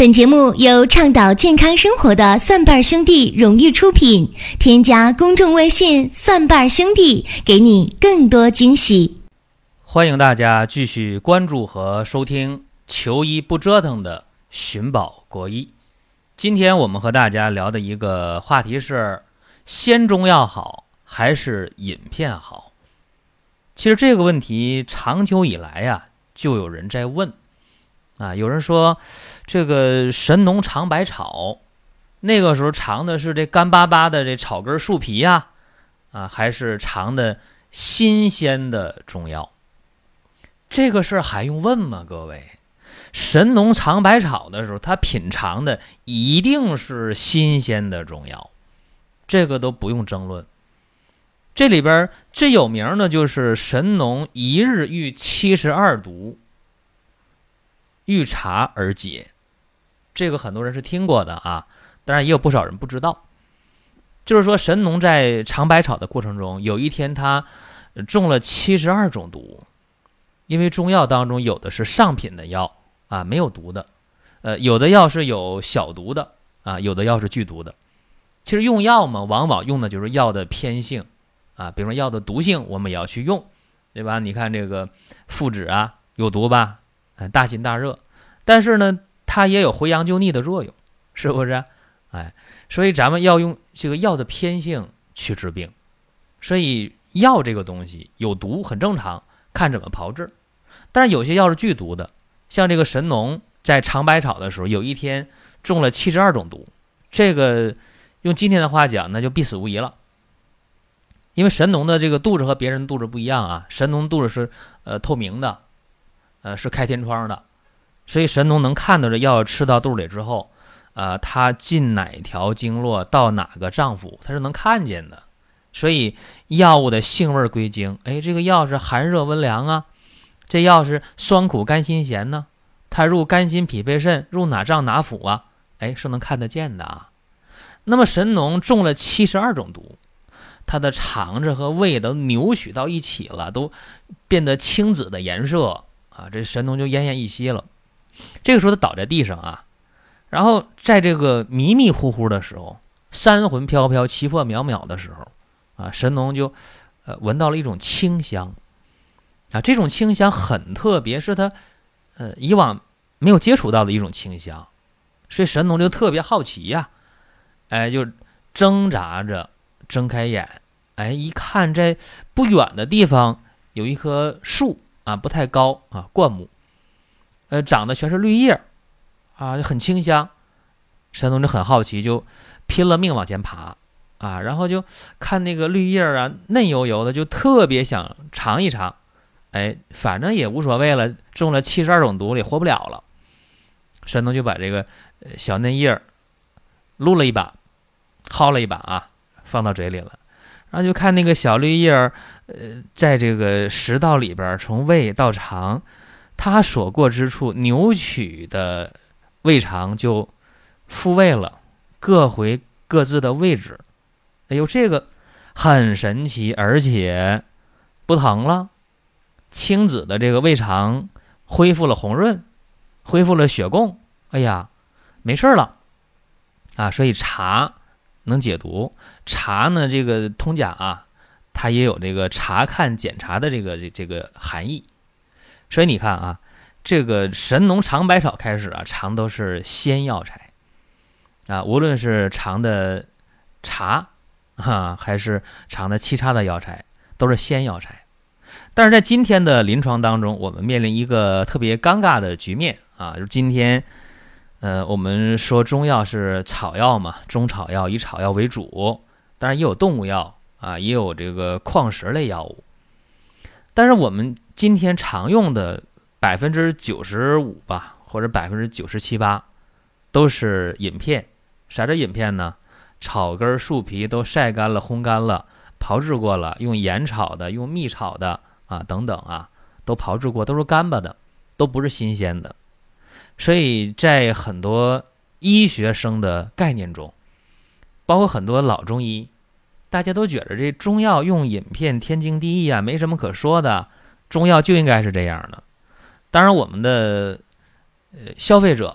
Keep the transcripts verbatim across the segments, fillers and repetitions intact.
本节目由倡导健康生活的蒜瓣兄弟荣誉出品，添加公众微信蒜瓣兄弟，给你更多惊喜。 欢迎大家继续关注和收听求医不折腾的寻宝国医。今天我们和大家聊的一个话题是鲜中药好还是饮片好。其实这个问题长久以来呀、啊，就有人在问啊，有人说这个神农尝百草，那个时候尝的是这干巴巴的这草根树皮呀、啊，啊，还是尝的新鲜的中药？这个事儿还用问吗？各位，神农尝百草的时候，他品尝的一定是新鲜的中药，这个都不用争论。这里边最有名的就是神农一日遇七十二毒，遇茶而解，这个很多人是听过的啊，当然也有不少人不知道。就是说神农在尝百草的过程中，有一天他中了七十二种毒，因为中药当中有的是上品的药啊，没有毒的，呃，有的药是有小毒的啊，有的药是剧毒的。其实用药嘛，往往用的就是药的偏性啊，比如说药的毒性，我们也要去用，对吧？你看这个附子啊，有毒吧？大辛大热，但是呢，它也有回阳救逆的作用，是不是？哎，所以咱们要用这个药的偏性去治病。所以药这个东西有毒很正常，看怎么炮制。但是有些药是剧毒的，像这个神农在尝百草的时候，有一天中了七十二种毒，这个用今天的话讲，那就必死无疑了。因为神农的这个肚子和别人肚子不一样啊，神农肚子是呃透明的。呃，是开天窗的，所以神农能看到这药吃到肚里之后，呃，它进哪条经络到哪个脏腑，它是能看见的。所以药物的性味归经，哎，这个药是寒热温凉啊，这药是酸苦甘辛咸呢，它入肝心脾肺肾，入哪脏哪腑啊，哎，是能看得见的啊。那么神农中了七十二种毒，它的肠子和胃都扭曲到一起了，都变得青紫的颜色。啊，这神农就奄奄一息了。这个时候他倒在地上啊，然后在这个迷迷糊糊的时候，三魂飘飘气魄渺渺的时候啊，神农就呃闻到了一种清香啊，这种清香很特别，是他呃以往没有接触到的一种清香，所以神农就特别好奇呀、啊，哎，就挣扎着睁开眼，哎，一看在不远的地方有一棵树。啊，不太高啊，灌木，呃，长的全是绿叶，啊，就很清香。神农就很好奇，就拼了命往前爬，啊，然后就看那个绿叶啊，嫩油油的，就特别想尝一尝。哎，反正也无所谓了，中了七十二种毒也活不了了。神农就把这个小嫩叶撸了一把，薅了一把啊，放到嘴里了。然后就看那个小绿叶儿，呃，在这个食道里边，从胃到肠，它所过之处扭曲的胃肠就复位了，各回各自的位置。哎呦，这个很神奇，而且不疼了，青紫的这个胃肠恢复了红润，恢复了血供。哎呀，没事了啊！所以茶能解毒，茶呢，这个通假啊，它也有这个查看检查的这个这这个含义。所以你看啊，这个神农尝百草开始啊，尝都是鲜药材啊，无论是尝的茶啊，还是尝的其他的药材，都是鲜药材。但是在今天的临床当中，我们面临一个特别尴尬的局面啊，就是今天。呃，我们说中药是草药嘛，中草药以草药为主，当然也有动物药啊，也有这个矿石类药物。但是我们今天常用的百分之九十五吧，或者百分之九十七八，都是饮片。啥叫饮片呢？草根树皮都晒干了、烘干了、炮制过了，用盐炒的、用蜜炒的啊，等等啊，都炮制过，都是干巴的，都不是新鲜的。所以在很多医学生的概念中，包括很多老中医，大家都觉得这中药用饮片天经地义啊，没什么可说的，中药就应该是这样的。当然我们的呃消费者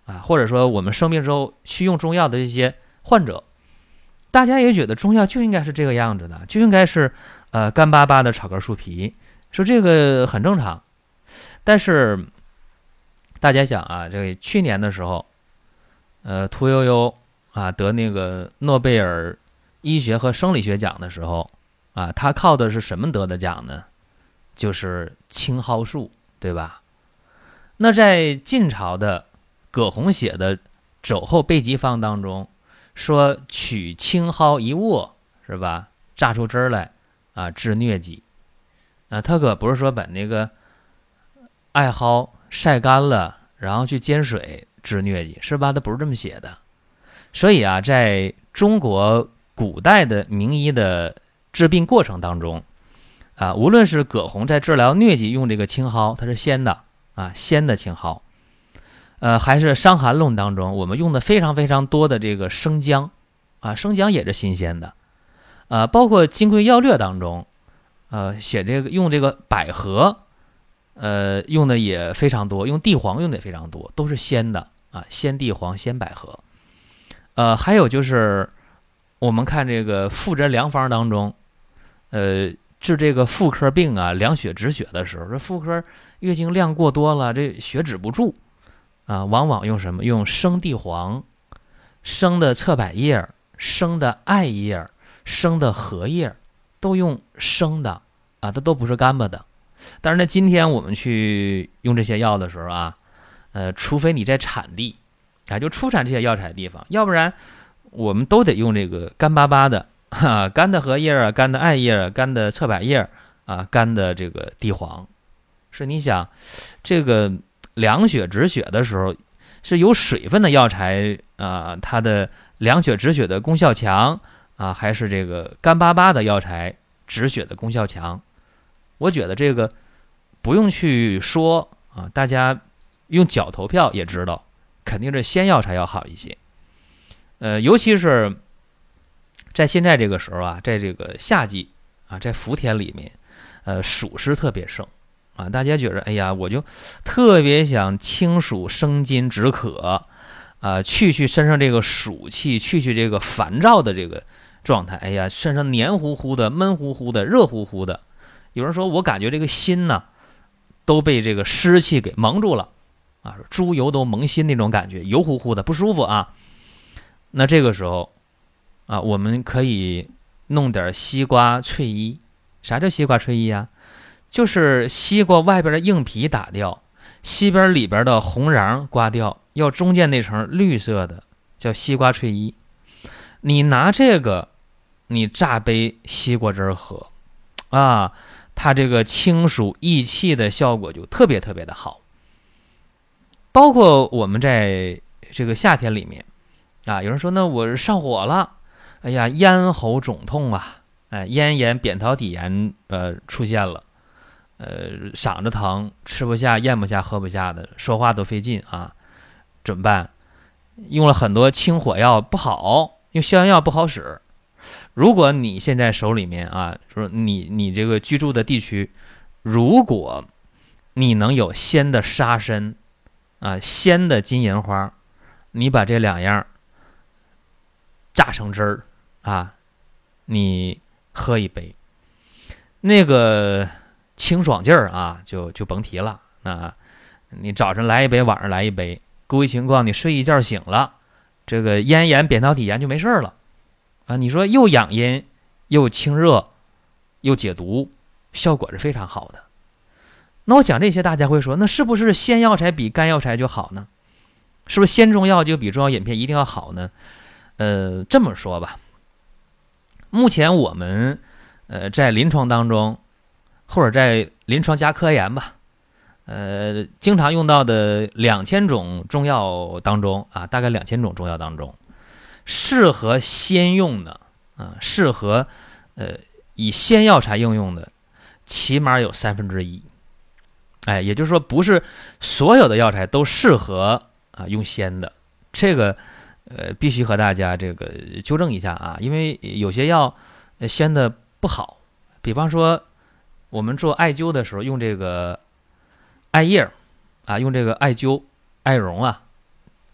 啊，或者说我们生病之后需用中药的这些患者，大家也觉得中药就应该是这个样子的，就应该是呃干巴巴的炒根树皮，说这个很正常。但是大家想啊，这个去年的时候，呃，屠呦呦啊得那个诺贝尔医学和生理学奖的时候啊，他靠的是什么得的奖呢？就是青蒿素，对吧？那在晋朝的葛洪写的《肘后备急方》当中说，取青蒿一握，是吧？榨出汁儿来啊，治疟疾啊。他可不是说把那个艾蒿晒干了，然后去煎水治疟疾，是吧？他不是这么写的。所以啊，在中国古代的名医的治病过程当中啊，无论是葛洪在治疗疟疾用这个青蒿，它是鲜的啊，鲜的青蒿，呃，还是《伤寒论》当中我们用的非常非常多的这个生姜啊，生姜也是新鲜的，呃，包括《金匮要略》当中，呃，写这个用这个百合，呃，用的也非常多，用地黄用的也非常多，都是鲜的啊，鲜地黄、鲜百合，呃，还有就是我们看这个妇人良方当中，呃。治这个妇科病啊，凉血止血的时候，这妇科月经量过多了，这血止不住啊，往往用什么？用生地黄、生的侧柏叶、生的艾叶、生的荷叶，都用生的啊，它都不是干巴的。但是呢，今天我们去用这些药的时候啊，呃，除非你在产地啊，就出产这些药材的地方，要不然我们都得用这个干巴巴的。啊，干的荷叶啊，干的艾叶啊，干的侧柏叶啊，干的这个地黄，是你想这个凉血止血的时候，是有水分的药材啊，它的凉血止血的功效强啊，还是这个干巴巴的药材止血的功效强？我觉得这个不用去说啊，大家用脚投票也知道，肯定是鲜药材要好一些。呃，尤其是在现在这个时候啊，在这个夏季啊，在伏天里面，呃，暑湿特别盛啊，大家觉得，哎呀，我就特别想清暑生津止渴啊，去去身上这个暑气，去去这个烦躁的这个状态。哎呀，身上黏糊糊的、闷乎乎的、热乎乎的。有人说我感觉这个心呢都被这个湿气给蒙住了啊，猪油都蒙心那种感觉，油乎乎的不舒服啊。那这个时候啊，我们可以弄点西瓜翠衣。啥叫西瓜翠衣啊？就是西瓜外边的硬皮打掉，西边里边的红瓤刮掉，要中间那层绿色的叫西瓜翠衣。你拿这个，你榨杯西瓜汁喝啊，它这个清暑益气的效果就特别特别的好。包括我们在这个夏天里面啊，有人说那我上火了。哎呀，咽喉肿痛啊，哎，咽炎、扁桃体炎呃出现了，呃，嗓子疼，吃不下、咽不下、喝不下的，说话都费劲啊，怎么办？用了很多清火药不好，用消炎药不好使。如果你现在手里面啊，说你你这个居住的地区，如果你能有鲜的沙参啊，鲜的金银花，你把这两样榨成汁儿啊，你喝一杯，那个清爽劲儿啊，就就甭提了啊！你早晨来一杯，晚上来一杯，估计情况你睡一觉醒了，这个咽炎、扁桃体炎就没事了啊！你说又养阴，又清热，又解毒，效果是非常好的。那我讲这些，大家会说，那是不是鲜药材比干药材就好呢？是不是鲜中药就比中药饮片一定要好呢？呃，这么说吧，目前我们呃在临床当中，或者在临床加科研吧，呃，经常用到的两千种中药当中啊，大概两千种中药当中，适合鲜用的啊，适合呃以鲜药材应用的，起码有三分之一。哎，也就是说，不是所有的药材都适合啊用鲜的，这个。呃，必须和大家这个纠正一下啊，因为有些药鲜的不好，比方说我们做艾灸的时候用这个艾叶啊，用这个艾灸、艾绒啊，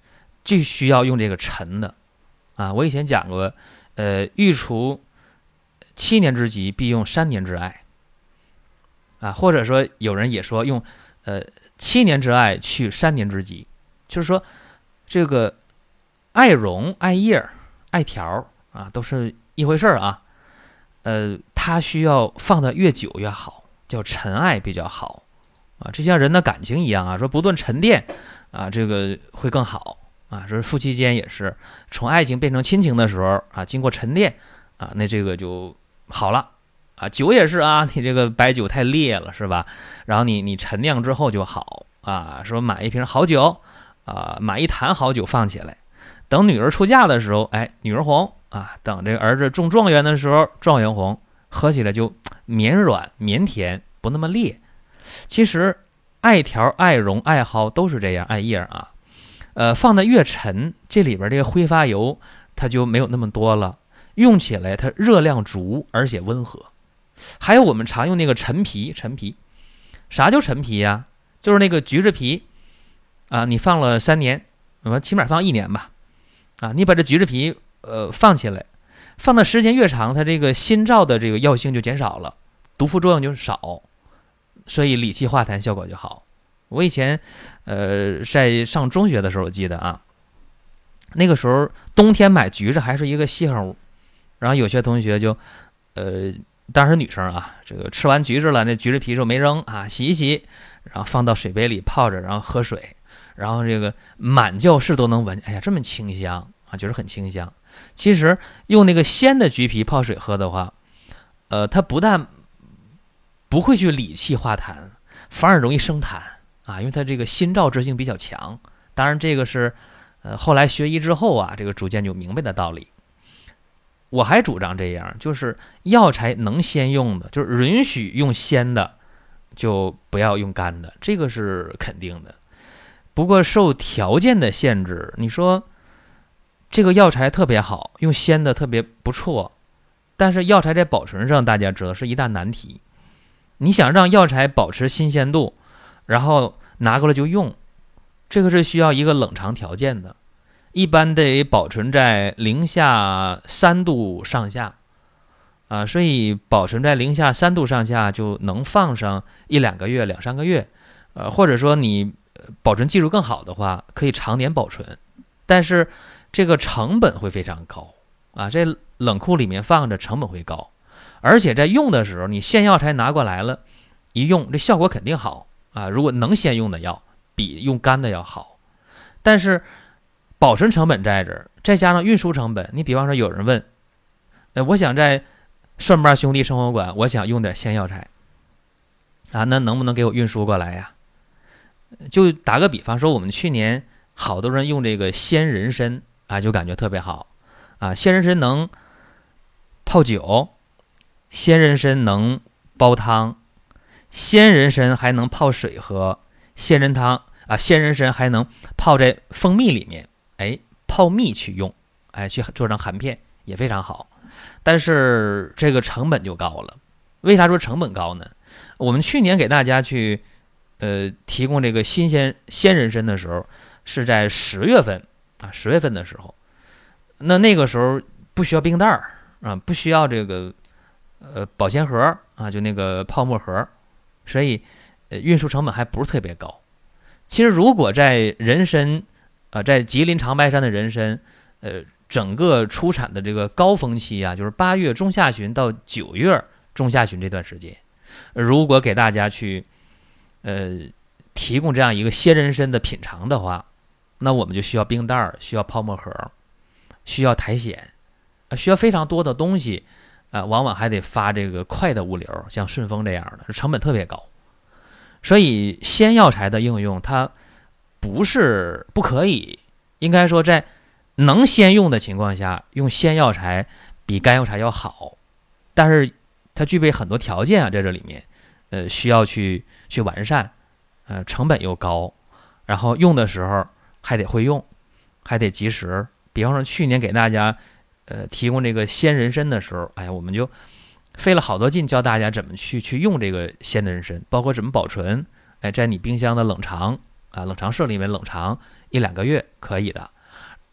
就需要用这个陈的啊。我以前讲过，呃，欲除七年之疾，必用三年之艾啊，或者说有人也说用呃七年之艾去三年之疾，就是说这个艾绒、艾叶、艾条啊，都是一回事儿啊。呃，它需要放的越久越好，叫陈艾比较好啊。这像人的感情一样啊，说不断沉淀啊，这个会更好啊。说夫妻间也是，从爱情变成亲情的时候啊，经过沉淀啊，那这个就好了啊。酒也是啊，你这个白酒太烈了是吧？然后你你陈酿之后就好啊。说买一瓶好酒啊，买一坛好酒放起来，等女儿出嫁的时候，哎，女儿红啊，等这个儿子中状元的时候，状元红，喝起来就绵软绵甜，不那么烈。其实艾条、艾绒、艾蒿都是这样，艾叶啊，呃，放的越沉，这里边这个挥发油它就没有那么多了，用起来它热量足，而且温和。还有我们常用那个陈皮，陈皮，啥叫陈皮呀？就是那个橘子皮啊，你放了三年，我起码放一年吧，啊，你把这橘子皮呃放起来，放的时间越长，它这个新造的这个药性就减少了，毒副作用就少，所以理气化痰效果就好。我以前呃在上中学的时候，我记得啊，那个时候冬天买橘子还是一个稀罕物，然后有些同学就呃当时女生啊，这个吃完橘子了，那橘子皮就没扔啊，洗一洗，然后放到水杯里泡着，然后喝水，然后这个满教室都能闻，哎呀，这么清香啊，觉得很清香。其实用那个鲜的橘皮泡水喝的话，呃，它不但不会去理气化痰，反而容易生痰啊，因为它这个辛燥之性比较强。当然，这个是呃后来学医之后啊，这个逐渐就明白的道理。我还主张这样，就是药材能鲜用的，就是允许用鲜的，就不要用干的，这个是肯定的。不过受条件的限制，你说这个药材特别好，用鲜的特别不错，但是药材在保存上，大家知道是一大难题。你想让药材保持新鲜度，然后拿过来就用，这个是需要一个冷藏条件的，一般得保存在零下三度上下啊，所以保存在零下三度上下就能放上一两个月、两三个月，呃，或者说你保存技术更好的话，可以常年保存，但是这个成本会非常高啊，这冷库里面放着成本会高，而且在用的时候，你鲜药材拿过来了，一用这效果肯定好啊，如果能鲜用的药比用干的要好，但是保存成本在这儿，再加上运输成本，你比方说有人问，呃，我想在蒜瓣兄弟生活馆，我想用点鲜药材啊，那能不能给我运输过来呀？就打个比方说，我们去年好多人用这个鲜人参啊，就感觉特别好啊。鲜人参能泡酒，鲜人参能煲汤，鲜人参还能泡水喝，鲜人汤啊，鲜人参还能泡在蜂蜜里面，哎，泡蜜去用，哎，去做成含片也非常好。但是这个成本就高了。为啥说成本高呢？我们去年给大家去呃提供这个新鲜鲜人参的时候，是在十月份啊，十月份的时候，那那个时候不需要冰袋儿啊，不需要这个呃保鲜盒啊，就那个泡沫盒，所以呃运输成本还不是特别高。其实如果在人参啊、呃，在吉林长白山的人参，呃，整个出产的这个高峰期啊，就是八月中下旬到九月中下旬这段时间，如果给大家去呃提供这样一个鲜人参的品尝的话，那我们就需要冰袋，需要泡沫盒，需要苔藓，需要非常多的东西啊、呃，往往还得发这个快的物流，像顺丰这样的，成本特别高。所以鲜药材的应用，它不是不可以，应该说在能鲜用的情况下，用鲜药材比干药材要好，但是它具备很多条件啊，在这里面，呃，需要去去完善，呃，成本又高，然后用的时候还得会用，还得及时。比方说去年给大家呃提供这个鲜人参的时候，哎呀，我们就费了好多劲教大家怎么去去用这个鲜的人参，包括怎么保存，哎，在你冰箱的冷藏啊，冷藏室里面冷藏一两个月可以的。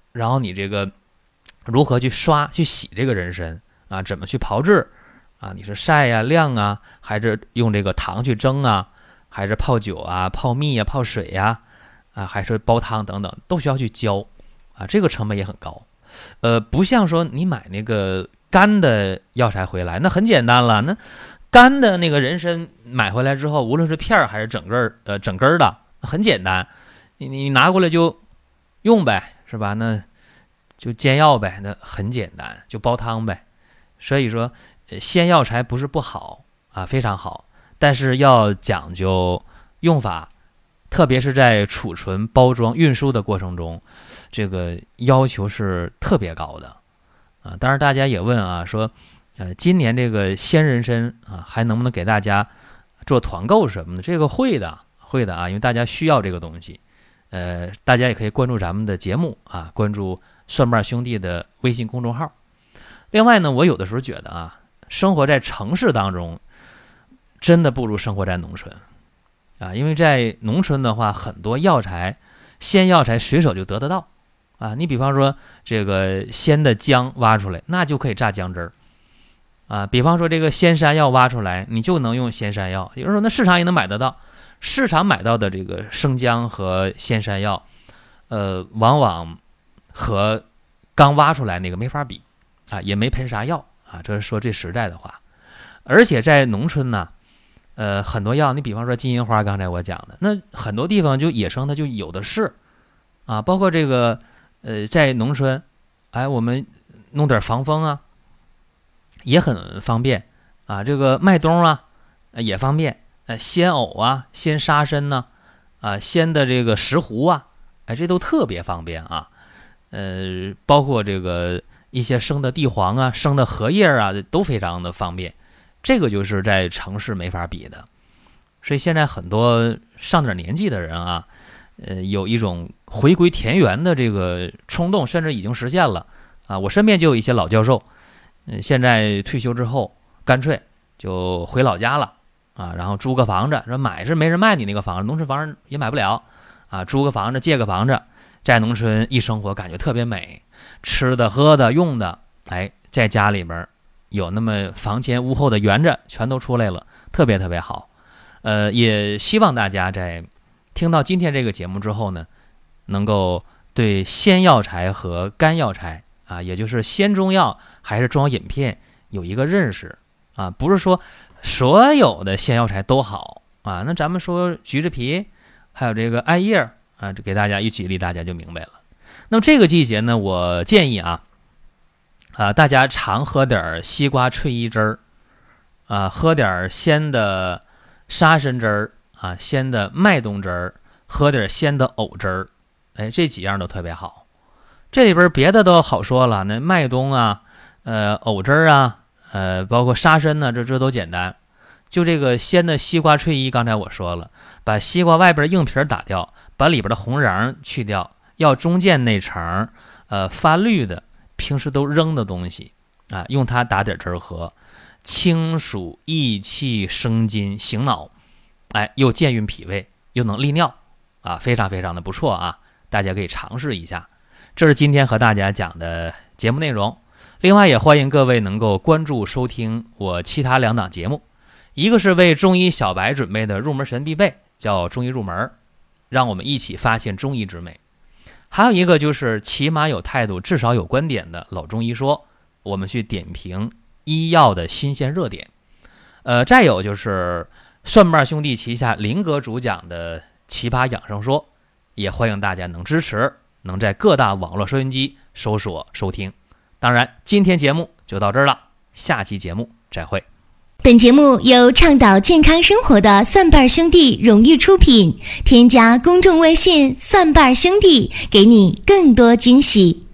然后你这个如何去刷去洗这个人参啊，怎么去炮制啊，你是晒呀、啊、晾啊，还是用这个糖去蒸啊，还是泡酒啊、泡蜜呀、泡水呀 啊, 啊，还是煲汤等等，都需要去教啊，这个成本也很高。呃，不像说你买那个干的药材回来，那很简单了，那干的那个人参买回来之后，无论是片儿还是整个呃整根的，很简单，你你拿过来就用呗，是吧？那就煎药呗，那很简单，就煲汤呗。所以说，呃、鲜药材不是不好啊，非常好，但是要讲究用法，特别是在储存、包装、运输的过程中，这个要求是特别高的啊。当然，大家也问啊，说，呃，今年这个鲜人参啊，还能不能给大家做团购什么的？这个会的，会的啊，因为大家需要这个东西。呃，大家也可以关注咱们的节目啊，关注蒜瓣兄弟的微信公众号。另外呢，我有的时候觉得啊，生活在城市当中，真的不如生活在农村啊，因为在农村的话，很多药材、鲜药材随手就得得到啊。你比方说这个鲜的姜挖出来，那就可以榨姜汁儿啊。比方说这个鲜山药挖出来，你就能用鲜山药。有人说那市场也能买得到，市场买到的这个生姜和鲜山药，呃，往往和刚挖出来那个没法比啊，也没喷啥药啊，这是说最实在的话。而且在农村呢，呃，很多药，你比方说金银花，刚才我讲的，那很多地方就野生的就有的是啊，包括这个呃，在农村，哎，我们弄点防风啊，也很方便啊。这个麦冬啊，也方便。呃，鲜藕啊，鲜沙参呢、啊，啊，鲜的这个石斛啊，哎，这都特别方便啊。呃，包括这个一些生的地黄啊，生的荷叶啊，都非常的方便。这个就是在城市没法比的。所以现在很多上点年纪的人啊，呃，有一种回归田园的这个冲动，甚至已经实现了啊。我身边就有一些老教授，嗯、呃，现在退休之后，干脆就回老家了。啊，然后租个房子，说买是没人卖你那个房子，农村房子也买不了啊，租个房子，借个房子，在农村一生活，感觉特别美，吃的、喝的、用的，哎，在家里边有那么房前屋后的园子，全都出来了，特别特别好。呃，也希望大家在听到今天这个节目之后呢，能够对鲜药材和干药材啊，也就是鲜中药还是中药饮片有一个认识啊，不是说所有的鲜药材都好啊，那咱们说橘子皮，还有这个艾叶啊，这给大家一举例，大家就明白了。那么这个季节呢，我建议啊，啊大家常喝点西瓜翠衣汁儿，啊喝点鲜的沙参汁儿啊，鲜的麦冬汁儿，喝点鲜的藕汁儿，哎，这几样都特别好。这里边别的都好说了，那麦冬啊，呃藕汁儿啊。呃，包括沙参呢，这这都简单。就这个鲜的西瓜翠衣，刚才我说了，把西瓜外边硬皮打掉，把里边的红瓤去掉，要中间那层呃发绿的，平时都扔的东西啊，用它打点汁喝，清暑益气生津醒脑，哎，又健运脾胃，又能利尿啊，非常非常的不错啊，大家可以尝试一下。这是今天和大家讲的节目内容。另外也欢迎各位能够关注收听我其他两档节目，一个是为中医小白准备的入门神必备，叫中医入门，让我们一起发现中医之美。还有一个就是起码有态度至少有观点的老中医说，我们去点评医药的新鲜热点。呃，再有就是蒜瓣兄弟旗下林哥主讲的奇葩养生说，也欢迎大家能支持，能在各大网络收音机搜索收听。当然今天节目就到这儿了，下期节目再会。 本节目由倡导健康生活的蒜瓣兄弟荣誉出品，添加公众微信蒜瓣兄弟，给你更多惊喜。